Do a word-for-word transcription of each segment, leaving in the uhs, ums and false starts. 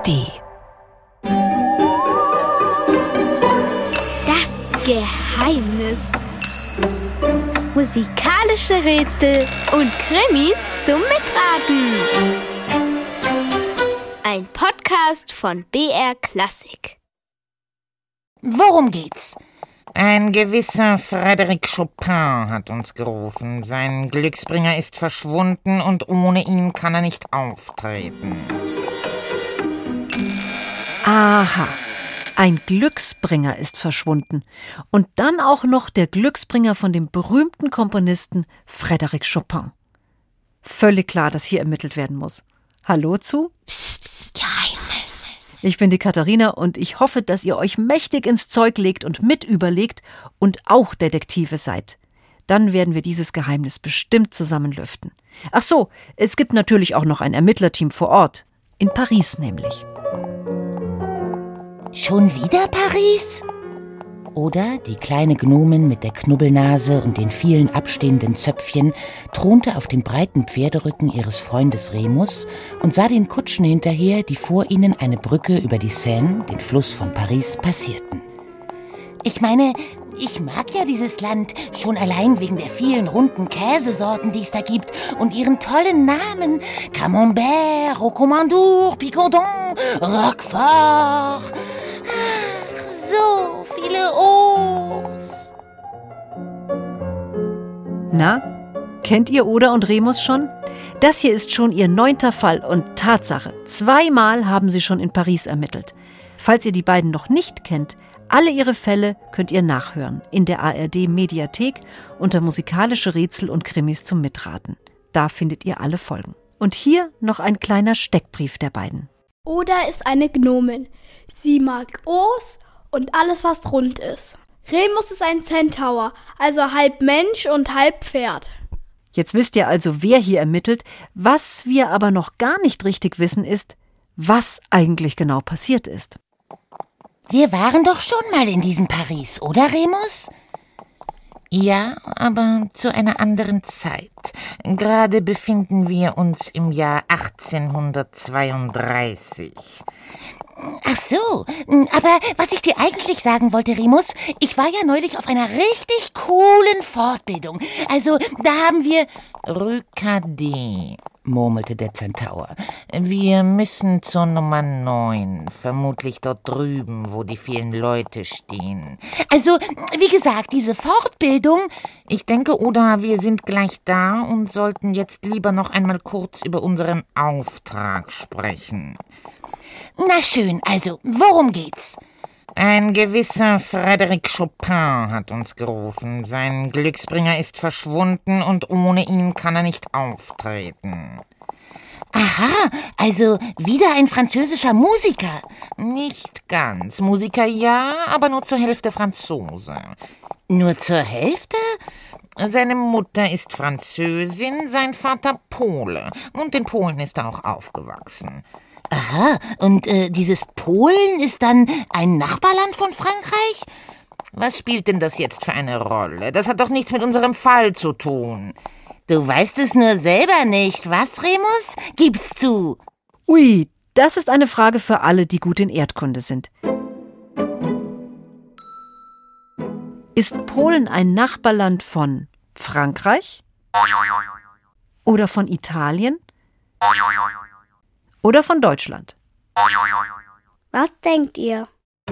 D. Das Geheimnis. Musikalische Rätsel und Krimis zum Mitraten. Ein Podcast von B R Klassik. Worum geht's? Ein gewisser Frédéric Chopin hat uns gerufen. Sein Glücksbringer ist verschwunden und ohne ihn kann er nicht auftreten. Aha, ein Glücksbringer ist verschwunden. Und dann auch noch der Glücksbringer von dem berühmten Komponisten Frédéric Chopin. Völlig klar, dass hier ermittelt werden muss. Hallo zu? Psst, psst, Geheimnis. Ich bin die Katharina und ich hoffe, dass ihr euch mächtig ins Zeug legt und mit überlegt und auch Detektive seid. Dann werden wir dieses Geheimnis bestimmt zusammen lüften. Ach so, es gibt natürlich auch noch ein Ermittlerteam vor Ort. In Paris nämlich. Schon wieder Paris? Oder die kleine Gnomin mit der Knubbelnase und den vielen abstehenden Zöpfchen thronte auf dem breiten Pferderücken ihres Freundes Remus und sah den Kutschen hinterher, die vor ihnen eine Brücke über die Seine, den Fluss von Paris, passierten. Ich meine, ich mag ja dieses Land, schon allein wegen der vielen runden Käsesorten, die es da gibt und ihren tollen Namen. Camembert, Rocamadour, Picardon, Roquefort. Ach, so viele O's. Na, kennt ihr Oda und Remus schon? Das hier ist schon ihr neunter Fall und Tatsache. Zweimal haben sie schon in Paris ermittelt. Falls ihr die beiden noch nicht kennt, alle ihre Fälle könnt ihr nachhören in der A R D-Mediathek unter musikalische Rätsel und Krimis zum Mitraten. Da findet ihr alle Folgen. Und hier noch ein kleiner Steckbrief der beiden. Oda ist eine Gnomin. Sie mag O's und alles, was rund ist. Remus ist ein Centaur, also halb Mensch und halb Pferd. Jetzt wisst ihr also, wer hier ermittelt. Was wir aber noch gar nicht richtig wissen, ist, was eigentlich genau passiert ist. Wir waren doch schon mal in diesem Paris, oder Remus? Ja, aber zu einer anderen Zeit. Gerade befinden wir uns im Jahr achtzehnhundertzweiunddreißig. Ach so, aber was ich dir eigentlich sagen wollte, Remus, ich war ja neulich auf einer richtig coolen Fortbildung. Also, da haben wir... Rue Cadet, murmelte der Zentaur. Wir müssen zur Nummer neun, vermutlich dort drüben, wo die vielen Leute stehen. Also, wie gesagt, diese Fortbildung... Ich denke, Oda, wir sind gleich da und sollten jetzt lieber noch einmal kurz über unseren Auftrag sprechen. Na schön, also, worum geht's? Ein gewisser Frédéric Chopin hat uns gerufen. Sein Glücksbringer ist verschwunden und ohne ihn kann er nicht auftreten. Aha, also wieder ein französischer Musiker. Nicht ganz. Musiker ja, aber nur zur Hälfte Franzose. Nur zur Hälfte? Seine Mutter ist Französin, sein Vater Pole. Und in Polen ist er auch aufgewachsen. Aha, und äh, dieses Polen ist dann ein Nachbarland von Frankreich? Was spielt denn das jetzt für eine Rolle? Das hat doch nichts mit unserem Fall zu tun. Du weißt es nur selber nicht, was, Remus? Gib's zu. Ui, das ist eine Frage für alle, die gut in Erdkunde sind. Ist Polen ein Nachbarland von Frankreich? Oder von Italien? Oder von Deutschland? Was denkt ihr?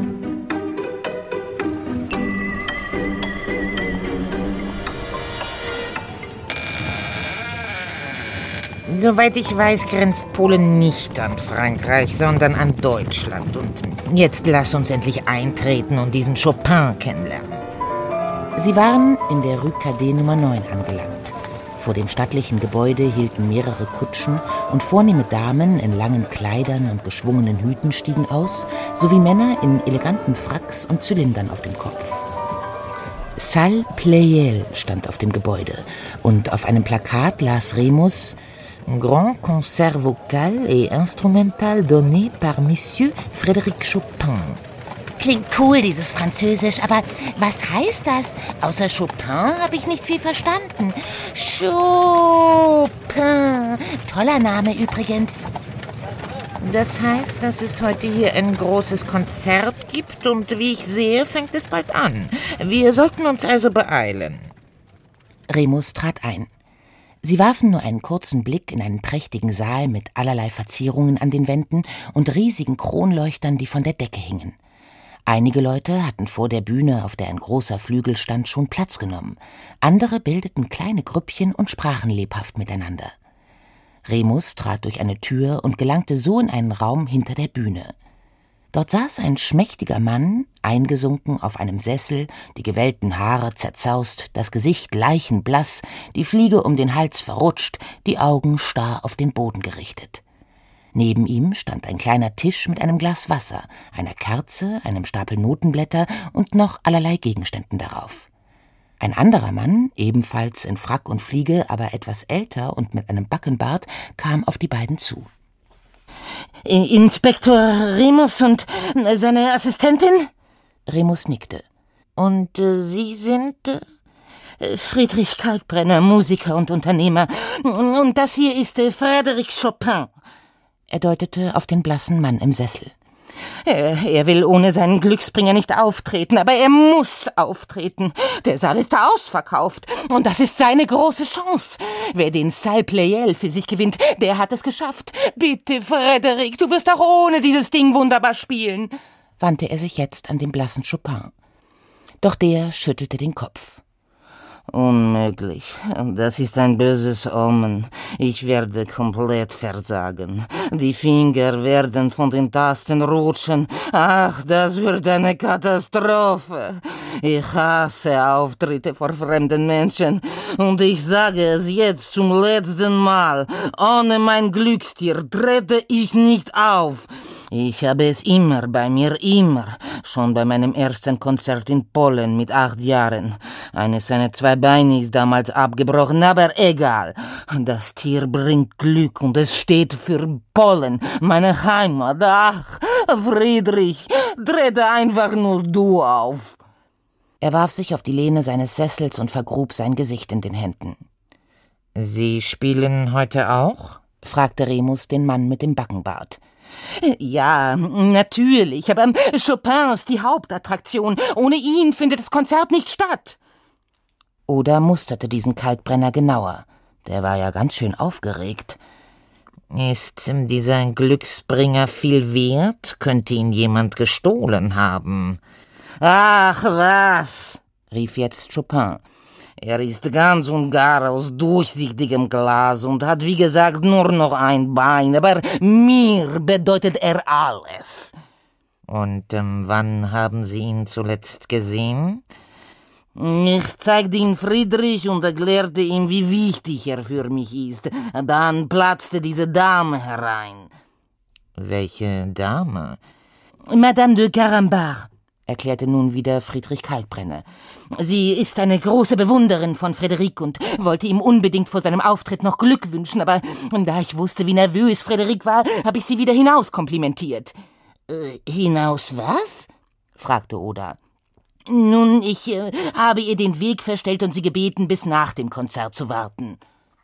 Soweit ich weiß, grenzt Polen nicht an Frankreich, sondern an Deutschland. Und jetzt lass uns endlich eintreten und diesen Chopin kennenlernen. Sie waren in der Rue Cadet Nummer neun angelangt. Vor dem stattlichen Gebäude hielten mehrere Kutschen und vornehme Damen in langen Kleidern und geschwungenen Hüten stiegen aus, sowie Männer in eleganten Fracks und Zylindern auf dem Kopf. Salle Pleyel stand auf dem Gebäude und auf einem Plakat las Remus: Grand concert vocal et instrumental donné par Monsieur Frédéric Chopin. Klingt cool, dieses Französisch, aber was heißt das? Außer Chopin habe ich nicht viel verstanden. Chopin. Toller Name übrigens. Das heißt, dass es heute hier ein großes Konzert gibt und wie ich sehe, fängt es bald an. Wir sollten uns also beeilen. Remus trat ein. Sie warfen nur einen kurzen Blick in einen prächtigen Saal mit allerlei Verzierungen an den Wänden und riesigen Kronleuchtern, die von der Decke hingen. Einige Leute hatten vor der Bühne, auf der ein großer Flügel stand, schon Platz genommen. Andere bildeten kleine Grüppchen und sprachen lebhaft miteinander. Remus trat durch eine Tür und gelangte so in einen Raum hinter der Bühne. Dort saß ein schmächtiger Mann, eingesunken auf einem Sessel, die gewellten Haare zerzaust, das Gesicht leichenblass, die Fliege um den Hals verrutscht, die Augen starr auf den Boden gerichtet. Neben ihm stand ein kleiner Tisch mit einem Glas Wasser, einer Kerze, einem Stapel Notenblätter und noch allerlei Gegenständen darauf. Ein anderer Mann, ebenfalls in Frack und Fliege, aber etwas älter und mit einem Backenbart, kam auf die beiden zu. Inspektor Remus und seine Assistentin? Remus nickte. Und äh, Sie sind äh, Friedrich Kalkbrenner, Musiker und Unternehmer. Und das hier ist äh, Frédéric Chopin. Er deutete auf den blassen Mann im Sessel. Er, er will ohne seinen Glücksbringer nicht auftreten, aber er muss auftreten. Der Saal ist ausverkauft und das ist seine große Chance. Wer den Salle Pleyel für sich gewinnt, der hat es geschafft. Bitte, Frédéric, du wirst auch ohne dieses Ding wunderbar spielen, wandte er sich jetzt an den blassen Chopin. Doch der schüttelte den Kopf. Unmöglich. Das ist ein böses Omen. Ich werde komplett versagen. Die Finger werden von den Tasten rutschen. Ach, das wird eine Katastrophe. Ich hasse Auftritte vor fremden Menschen. Und ich sage es jetzt zum letzten Mal. Ohne mein Glückstier trete ich nicht auf. Ich habe es immer bei mir, immer. Schon bei meinem ersten Konzert in Polen mit acht Jahren. Eines seiner zwei Beine ist damals abgebrochen, aber egal. Das Tier bringt Glück und es steht für Polen, meine Heimat. Ach, Friedrich, trete einfach nur du auf. Er warf sich auf die Lehne seines Sessels und vergrub sein Gesicht in den Händen. »Sie spielen heute auch?« fragte Remus den Mann mit dem Backenbart. »Ja, natürlich, aber Chopin ist die Hauptattraktion. Ohne ihn findet das Konzert nicht statt.« Oda musterte diesen Kalkbrenner genauer. Der war ja ganz schön aufgeregt. »Ist dieser Glücksbringer viel wert? Könnte ihn jemand gestohlen haben?« »Ach was«, rief jetzt Chopin. »Er ist ganz und gar aus durchsichtigem Glas und hat wie gesagt nur noch ein Bein, aber mir bedeutet er alles.« »Und ähm, wann haben Sie ihn zuletzt gesehen?« »Ich zeigte ihn Friedrich und erklärte ihm, wie wichtig er für mich ist. Dann platzte diese Dame herein.« »Welche Dame?« »Madame de Carambar«, erklärte nun wieder Friedrich Kalkbrenner. »Sie ist eine große Bewunderin von Frédéric und wollte ihm unbedingt vor seinem Auftritt noch Glück wünschen, aber da ich wusste, wie nervös Frédéric war, habe ich sie wieder hinaus komplimentiert.« Äh, hinaus was?« fragte Oda. »Nun, ich äh, habe ihr den Weg verstellt und sie gebeten, bis nach dem Konzert zu warten.«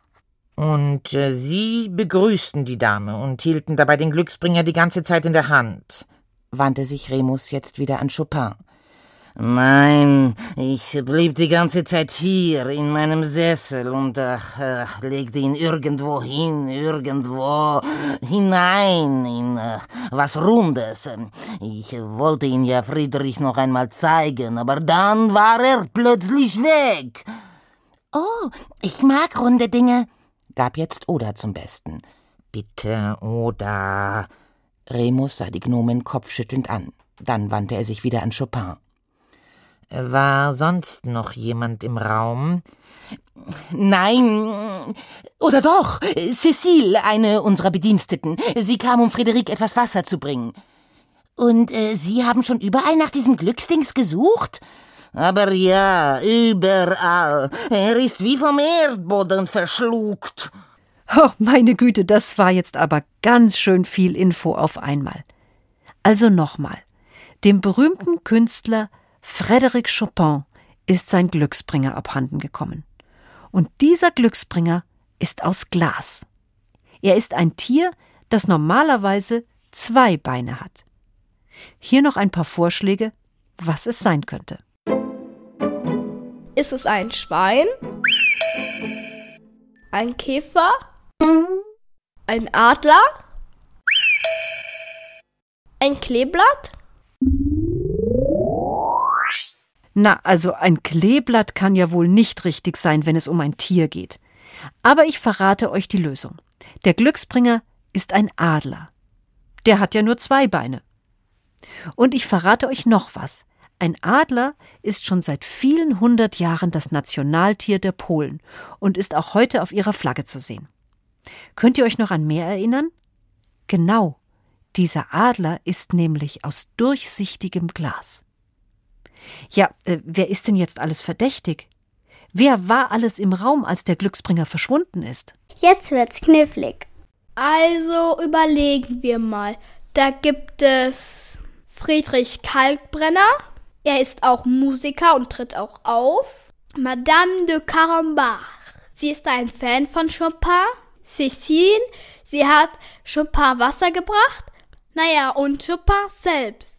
»Und äh, Sie begrüßten die Dame und hielten dabei den Glücksbringer die ganze Zeit in der Hand?« wandte sich Remus jetzt wieder an Chopin. »Nein, ich blieb die ganze Zeit hier in meinem Sessel und ach, ach, legte ihn irgendwo hin, irgendwo hinein in äh, was Rundes. Ich wollte ihn ja Friedrich noch einmal zeigen, aber dann war er plötzlich weg.« »Oh, ich mag runde Dinge«, gab jetzt Oda zum Besten. »Bitte, Oda.« Remus sah die Gnomen kopfschüttelnd an. Dann wandte er sich wieder an Chopin. »War sonst noch jemand im Raum?« »Nein, oder doch, Cécile, eine unserer Bediensteten. Sie kam, um Frédéric etwas Wasser zu bringen.« »Und äh, Sie haben schon überall nach diesem Glücksdings gesucht?« »Aber ja, überall. Er ist wie vom Erdboden verschluckt.« Oh, meine Güte, das war jetzt aber ganz schön viel Info auf einmal. Also nochmal. Dem berühmten Künstler Frédéric Chopin ist sein Glücksbringer abhanden gekommen. Und dieser Glücksbringer ist aus Glas. Er ist ein Tier, das normalerweise zwei Beine hat. Hier noch ein paar Vorschläge, was es sein könnte. Ist es ein Schwein? Ein Käfer? Ein Adler? Ein Kleeblatt? Na, also ein Kleeblatt kann ja wohl nicht richtig sein, wenn es um ein Tier geht. Aber ich verrate euch die Lösung. Der Glücksbringer ist ein Adler. Der hat ja nur zwei Beine. Und ich verrate euch noch was. Ein Adler ist schon seit vielen hundert Jahren das Nationaltier der Polen und ist auch heute auf ihrer Flagge zu sehen. Könnt ihr euch noch an mehr erinnern? Genau, dieser Adler ist nämlich aus durchsichtigem Glas. Ja, äh, wer ist denn jetzt alles verdächtig? Wer war alles im Raum, als der Glücksbringer verschwunden ist? Jetzt wird's knifflig. Also überlegen wir mal. Da gibt es Friedrich Kalkbrenner. Er ist auch Musiker und tritt auch auf. Madame de Carambach. Sie ist ein Fan von Chopin. Cécile. Sie hat Chopin Wasser gebracht. Naja, und Chopin selbst.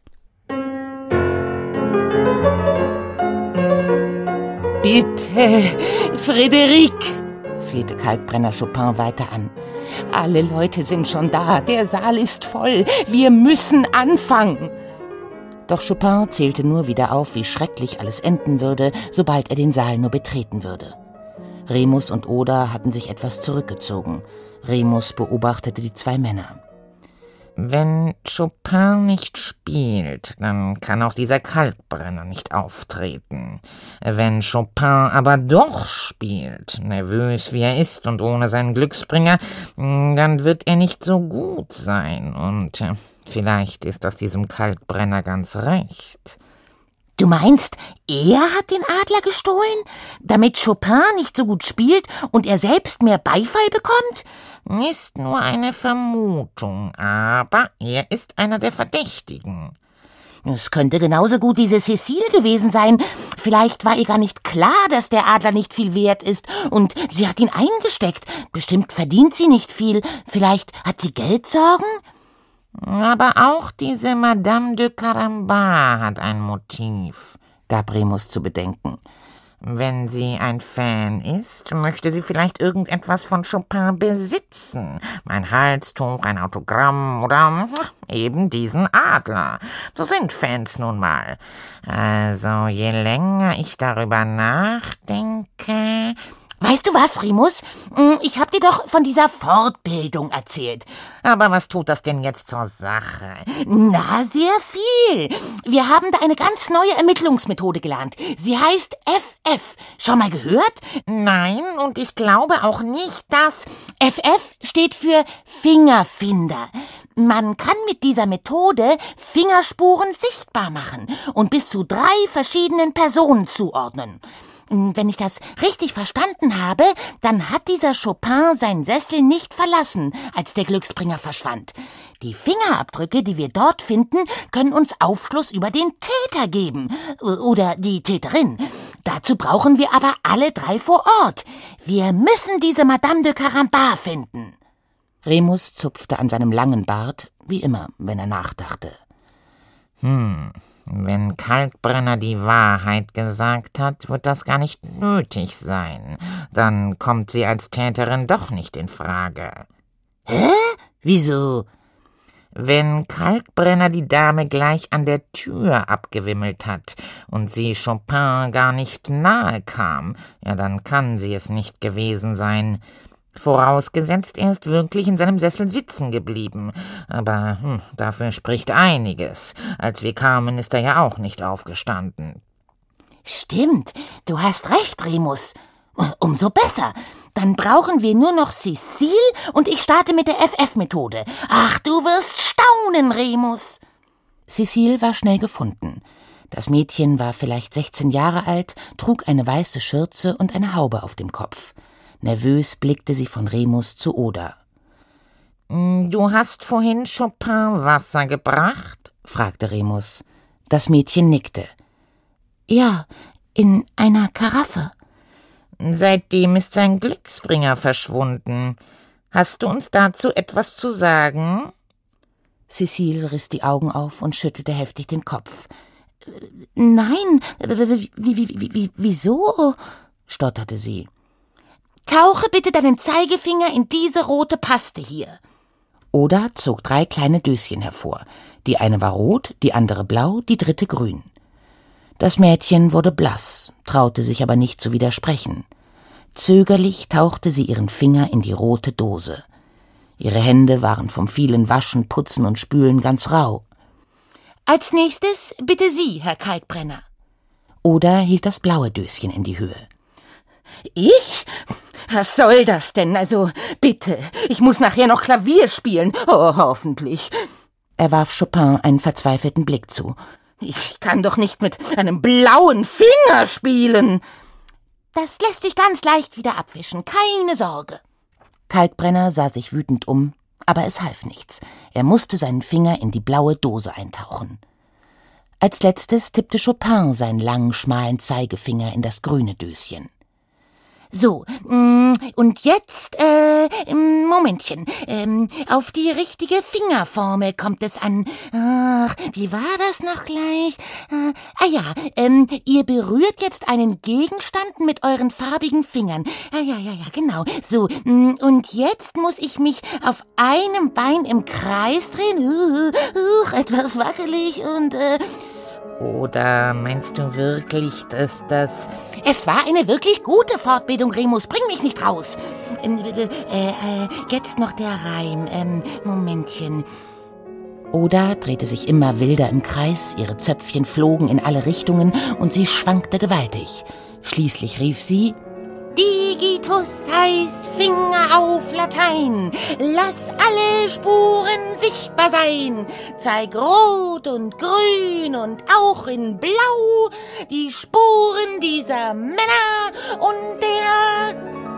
Bitte, Frédéric, flehte Kalkbrenner Chopin weiter an. Alle Leute sind schon da, der Saal ist voll, wir müssen anfangen. Doch Chopin zählte nur wieder auf, wie schrecklich alles enden würde, sobald er den Saal nur betreten würde. Remus und Oda hatten sich etwas zurückgezogen. Remus beobachtete die zwei Männer. Wenn Chopin nicht spielt, dann kann auch dieser Kalkbrenner nicht auftreten. Wenn Chopin aber doch spielt, nervös wie er ist und ohne seinen Glücksbringer, dann wird er nicht so gut sein. Und äh, vielleicht ist das diesem Kalkbrenner ganz recht. Du meinst, er hat den Adler gestohlen, damit Chopin nicht so gut spielt und er selbst mehr Beifall bekommt? Ist nur eine Vermutung, aber er ist einer der Verdächtigen. Es könnte genauso gut diese Cécile gewesen sein. Vielleicht war ihr gar nicht klar, dass der Adler nicht viel wert ist und sie hat ihn eingesteckt. Bestimmt verdient sie nicht viel. Vielleicht hat sie Geldsorgen? Aber auch diese Madame de Carambach hat ein Motiv, gab Remus zu bedenken. Wenn sie ein Fan ist, möchte sie vielleicht irgendetwas von Chopin besitzen. Ein Halstuch, ein Autogramm oder eben diesen Adler. So sind Fans nun mal. Also je länger ich darüber nachdenke... Weißt du was, Remus? Ich hab dir doch von dieser Fortbildung erzählt. Aber was tut das denn jetzt zur Sache? Na, sehr viel. Wir haben da eine ganz neue Ermittlungsmethode gelernt. Sie heißt F F. Schon mal gehört? Nein, und ich glaube auch nicht, dass... F F steht für Fingerfinder. Man kann mit dieser Methode Fingerspuren sichtbar machen und bis zu drei verschiedenen Personen zuordnen. Wenn ich das richtig verstanden habe, dann hat dieser Chopin seinen Sessel nicht verlassen, als der Glücksbringer verschwand. Die Fingerabdrücke, die wir dort finden, können uns Aufschluss über den Täter geben. Oder die Täterin. Dazu brauchen wir aber alle drei vor Ort. Wir müssen diese Madame de Carambach finden. Remus zupfte an seinem langen Bart, wie immer, wenn er nachdachte. Hm... Wenn Kalkbrenner die Wahrheit gesagt hat, wird das gar nicht nötig sein. Dann kommt sie als Täterin doch nicht in Frage. Hä? Wieso? Wenn Kalkbrenner die Dame gleich an der Tür abgewimmelt hat und sie Chopin gar nicht nahe kam, ja, dann kann sie es nicht gewesen sein. Vorausgesetzt, er ist wirklich in seinem Sessel sitzen geblieben. Aber hm, dafür spricht einiges. Als wir kamen, ist er ja auch nicht aufgestanden. Stimmt, du hast recht, Remus. Umso besser. Dann brauchen wir nur noch Cécile und ich starte mit der F F-Methode. Ach, du wirst staunen, Remus. Cécile war schnell gefunden. Das Mädchen war vielleicht sechzehn Jahre alt, trug eine weiße Schürze und eine Haube auf dem Kopf. Nervös blickte sie von Remus zu Oda. »Du hast vorhin Chopin Wasser gebracht?« fragte Remus. Das Mädchen nickte. »Ja, in einer Karaffe.« »Seitdem ist sein Glücksbringer verschwunden. Hast du uns dazu etwas zu sagen?« Cécile riss die Augen auf und schüttelte heftig den Kopf. »Nein, wie, wie, wie, wie, wieso?« stotterte sie. »Tauche bitte deinen Zeigefinger in diese rote Paste hier.« Oda zog drei kleine Döschen hervor. Die eine war rot, die andere blau, die dritte grün. Das Mädchen wurde blass, traute sich aber nicht zu widersprechen. Zögerlich tauchte sie ihren Finger in die rote Dose. Ihre Hände waren vom vielen Waschen, Putzen und Spülen ganz rau. »Als nächstes bitte Sie, Herr Kalkbrenner.« Oda hielt das blaue Döschen in die Höhe. »Ich? Was soll das denn? Also, bitte, ich muss nachher noch Klavier spielen. Oh, hoffentlich.« Er warf Chopin einen verzweifelten Blick zu. »Ich kann doch nicht mit einem blauen Finger spielen.« »Das lässt sich ganz leicht wieder abwischen, keine Sorge.« Kalkbrenner sah sich wütend um, aber es half nichts. Er musste seinen Finger in die blaue Dose eintauchen. Als letztes tippte Chopin seinen langen, schmalen Zeigefinger in das grüne Döschen. »So, und jetzt, äh, Momentchen, ähm, auf die richtige Fingerformel kommt es an. Ach, wie war das noch gleich? Äh, ah ja, ähm, ihr berührt jetzt einen Gegenstand mit euren farbigen Fingern. Ah ja, ja, ja, genau. So, und jetzt muss ich mich auf einem Bein im Kreis drehen. Uh, uh, etwas wackelig und, äh, Oder meinst du wirklich, dass das... Es war eine wirklich gute Fortbildung, Remus. Bring mich nicht raus. Ähm, äh, äh, jetzt noch der Reim. Ähm, Momentchen. Oda drehte sich immer wilder im Kreis, ihre Zöpfchen flogen in alle Richtungen und sie schwankte gewaltig. Schließlich rief sie: Digitus heißt Finger auf Latein. Lass alle Spuren sichtbar sein. Zeig rot und grün und auch in blau die Spuren dieser Männer und der...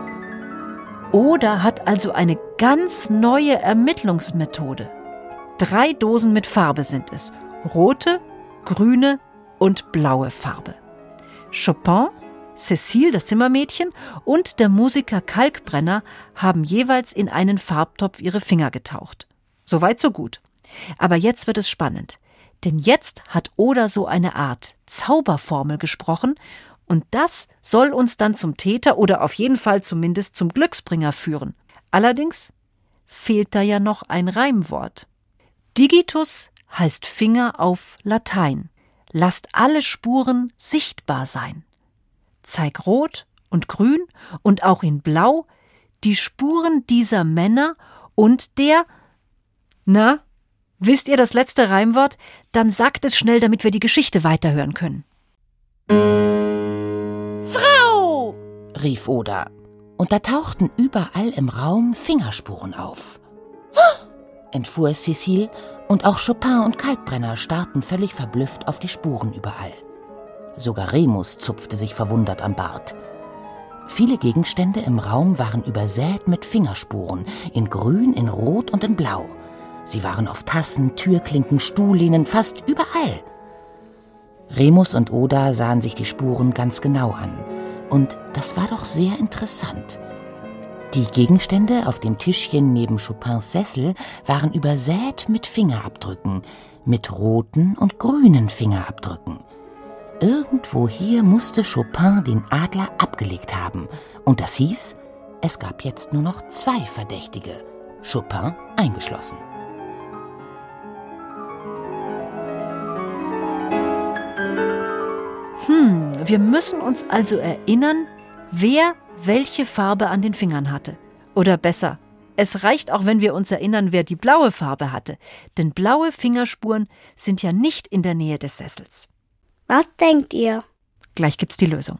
Oda hat also eine ganz neue Ermittlungsmethode. Drei Dosen mit Farbe sind es. Rote, grüne und blaue Farbe. Chopin, Cécile, das Zimmermädchen, und der Musiker Kalkbrenner haben jeweils in einen Farbtopf ihre Finger getaucht. Soweit, so gut. Aber jetzt wird es spannend. Denn jetzt hat Oda so eine Art Zauberformel gesprochen und das soll uns dann zum Täter oder auf jeden Fall zumindest zum Glücksbringer führen. Allerdings fehlt da ja noch ein Reimwort. Digitus heißt Finger auf Latein. Lasst alle Spuren sichtbar sein. Zeig rot und grün und auch in blau die Spuren dieser Männer und der... Na, wisst ihr das letzte Reimwort? Dann sagt es schnell, damit wir die Geschichte weiterhören können. »Frau!« rief Oda. Und da tauchten überall im Raum Fingerspuren auf. Entfuhr es Cécile, und auch Chopin und Kalkbrenner starrten völlig verblüfft auf die Spuren überall. Sogar Remus zupfte sich verwundert am Bart. Viele Gegenstände im Raum waren übersät mit Fingerspuren, in Grün, in Rot und in Blau. Sie waren auf Tassen, Türklinken, Stuhllehnen, fast überall. Remus und Oda sahen sich die Spuren ganz genau an. Und das war doch sehr interessant. Die Gegenstände auf dem Tischchen neben Chopins Sessel waren übersät mit Fingerabdrücken, mit roten und grünen Fingerabdrücken. Irgendwo hier musste Chopin den Adler abgelegt haben. Und das hieß, es gab jetzt nur noch zwei Verdächtige, Chopin eingeschlossen. Hm, wir müssen uns also erinnern, wer welche Farbe an den Fingern hatte. Oder besser, es reicht auch, wenn wir uns erinnern, wer die blaue Farbe hatte. Denn blaue Fingerspuren sind ja nicht in der Nähe des Sessels. Was denkt ihr? Gleich gibt's die Lösung.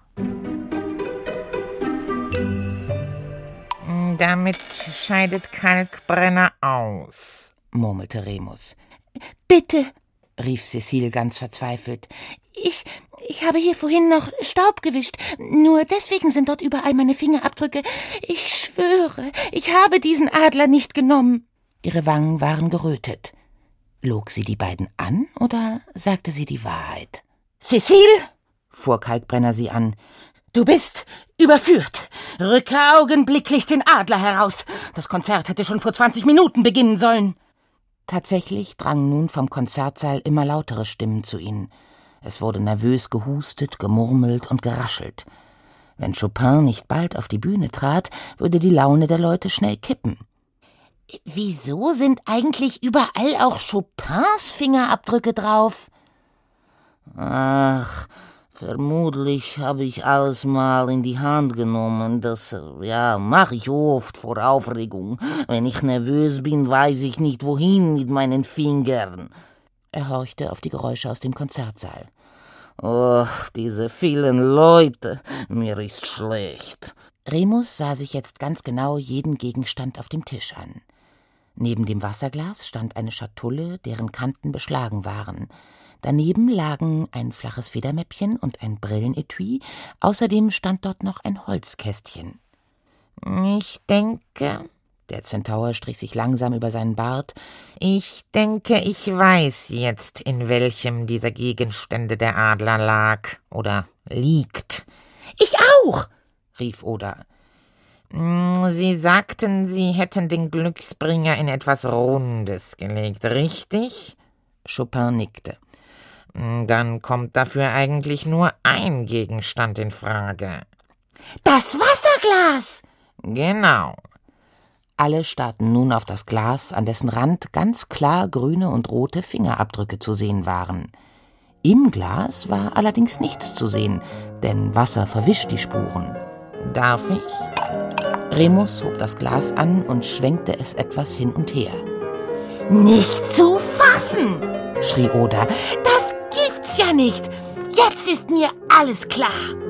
Damit scheidet Kalkbrenner aus, murmelte Remus. »Bitte«, rief Cécile ganz verzweifelt. Ich, ich habe hier vorhin noch Staub gewischt. Nur deswegen sind dort überall meine Fingerabdrücke. Ich schwöre, ich habe diesen Adler nicht genommen.« Ihre Wangen waren gerötet. Log sie die beiden an oder sagte sie die Wahrheit? »Cécile«, fuhr Kalkbrenner sie an, »du bist überführt. Rücke augenblicklich den Adler heraus. Das Konzert hätte schon vor zwanzig Minuten beginnen sollen.« Tatsächlich drangen nun vom Konzertsaal immer lautere Stimmen zu ihnen. Es wurde nervös gehustet, gemurmelt und geraschelt. Wenn Chopin nicht bald auf die Bühne trat, würde die Laune der Leute schnell kippen. »Wieso sind eigentlich überall auch Chopins Fingerabdrücke drauf?« »Ach, vermutlich habe ich alles mal in die Hand genommen. Das, ja, mache ich oft vor Aufregung. Wenn ich nervös bin, weiß ich nicht, wohin mit meinen Fingern.« Er horchte auf die Geräusche aus dem Konzertsaal. »Och, diese vielen Leute, mir ist schlecht.« Remus sah sich jetzt ganz genau jeden Gegenstand auf dem Tisch an. Neben dem Wasserglas stand eine Schatulle, deren Kanten beschlagen waren. Daneben lagen ein flaches Federmäppchen und ein Brillenetui. Außerdem stand dort noch ein Holzkästchen. »Ich denke«, der Zentaur strich sich langsam über seinen Bart, »ich denke, ich weiß jetzt, in welchem dieser Gegenstände der Adler lag oder liegt.« »Ich auch«, rief Oda. »Sie sagten, Sie hätten den Glücksbringer in etwas Rundes gelegt, richtig?« Chopin nickte. »Dann kommt dafür eigentlich nur ein Gegenstand in Frage.« »Das Wasserglas!« »Genau.« Alle starrten nun auf das Glas, an dessen Rand ganz klar grüne und rote Fingerabdrücke zu sehen waren. Im Glas war allerdings nichts zu sehen, denn Wasser verwischt die Spuren. »Darf ich?« Remus hob das Glas an und schwenkte es etwas hin und her. »Nicht zu fassen«, schrie Oda. »Das gibt's ja nicht! Jetzt ist mir alles klar!«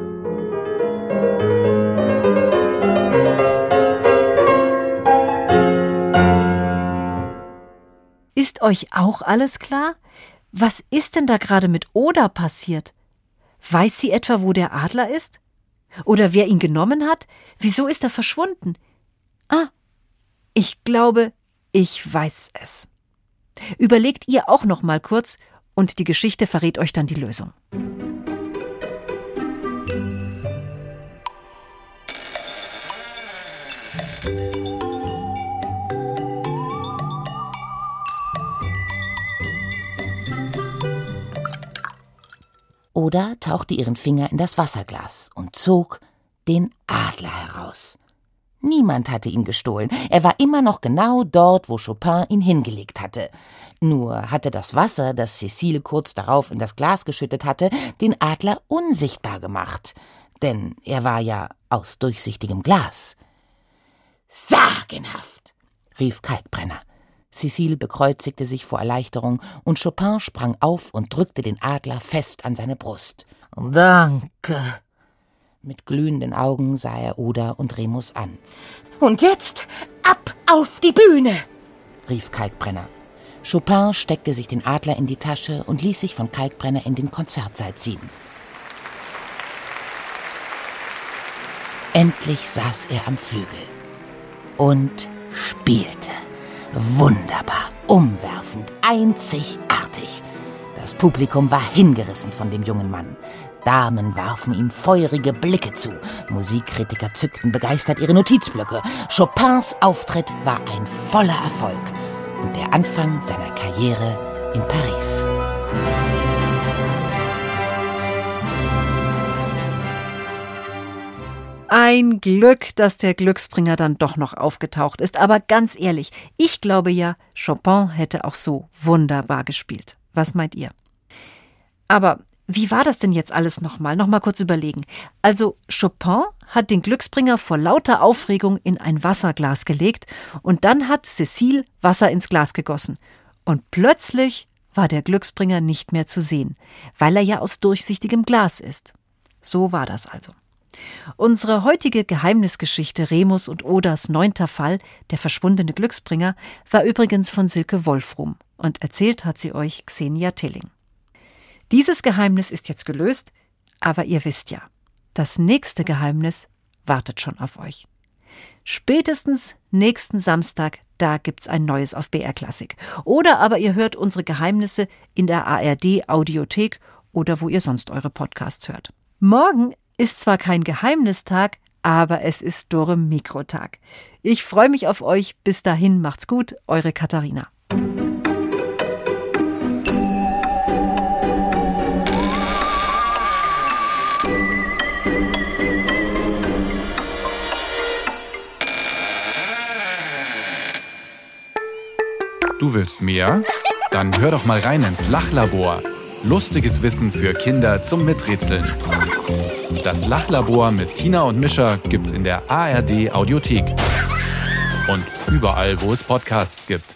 Ist euch auch alles klar? Was ist denn da gerade mit Oda passiert? Weiß sie etwa, wo der Adler ist? Oder wer ihn genommen hat? Wieso ist er verschwunden? Ah, ich glaube, ich weiß es. Überlegt ihr auch noch mal kurz und die Geschichte verrät euch dann die Lösung. Oda tauchte ihren Finger in das Wasserglas und zog den Adler heraus. Niemand hatte ihn gestohlen. Er war immer noch genau dort, wo Chopin ihn hingelegt hatte. Nur hatte das Wasser, das Cécile kurz darauf in das Glas geschüttet hatte, den Adler unsichtbar gemacht. Denn er war ja aus durchsichtigem Glas. »Sagenhaft«, rief Kalkbrenner. Cécile bekreuzigte sich vor Erleichterung und Chopin sprang auf und drückte den Adler fest an seine Brust. »Danke.« Mit glühenden Augen sah er Oda und Remus an. »Und jetzt ab auf die Bühne«, rief Kalkbrenner. Chopin steckte sich den Adler in die Tasche und ließ sich von Kalkbrenner in den Konzertsaal ziehen. Endlich saß er am Flügel und spielte. Wunderbar, umwerfend, einzigartig. Das Publikum war hingerissen von dem jungen Mann. Damen warfen ihm feurige Blicke zu. Musikkritiker zückten begeistert ihre Notizblöcke. Chopins Auftritt war ein voller Erfolg und der Anfang seiner Karriere in Paris. Ein Glück, dass der Glücksbringer dann doch noch aufgetaucht ist. Aber ganz ehrlich, ich glaube ja, Chopin hätte auch so wunderbar gespielt. Was meint ihr? Aber wie war das denn jetzt alles nochmal? Nochmal kurz überlegen. Also Chopin hat den Glücksbringer vor lauter Aufregung in ein Wasserglas gelegt und dann hat Cécile Wasser ins Glas gegossen. Und plötzlich war der Glücksbringer nicht mehr zu sehen, weil er ja aus durchsichtigem Glas ist. So war das also. Unsere heutige Geheimnisgeschichte Remus und Odas neunter Fall, der verschwundene Glücksbringer, war übrigens von Silke Wolfrum und erzählt hat sie euch Xenia Tilling. Dieses Geheimnis ist jetzt gelöst, aber ihr wisst ja, das nächste Geheimnis wartet schon auf euch. Spätestens nächsten Samstag, da gibt's ein neues auf B R Klassik. Oder aber ihr hört unsere Geheimnisse in der A R D Audiothek oder wo ihr sonst eure Podcasts hört. Morgen ist zwar kein Geheimnistag, aber es ist Dore Mikrotag. Ich freue mich auf euch. Bis dahin macht's gut, eure Katharina. Du willst mehr? Dann hör doch mal rein ins Lachlabor. Lustiges Wissen für Kinder zum Miträtseln. Das Lachlabor mit Tina und Mischa gibt's in der A R D Audiothek. Und überall, wo es Podcasts gibt.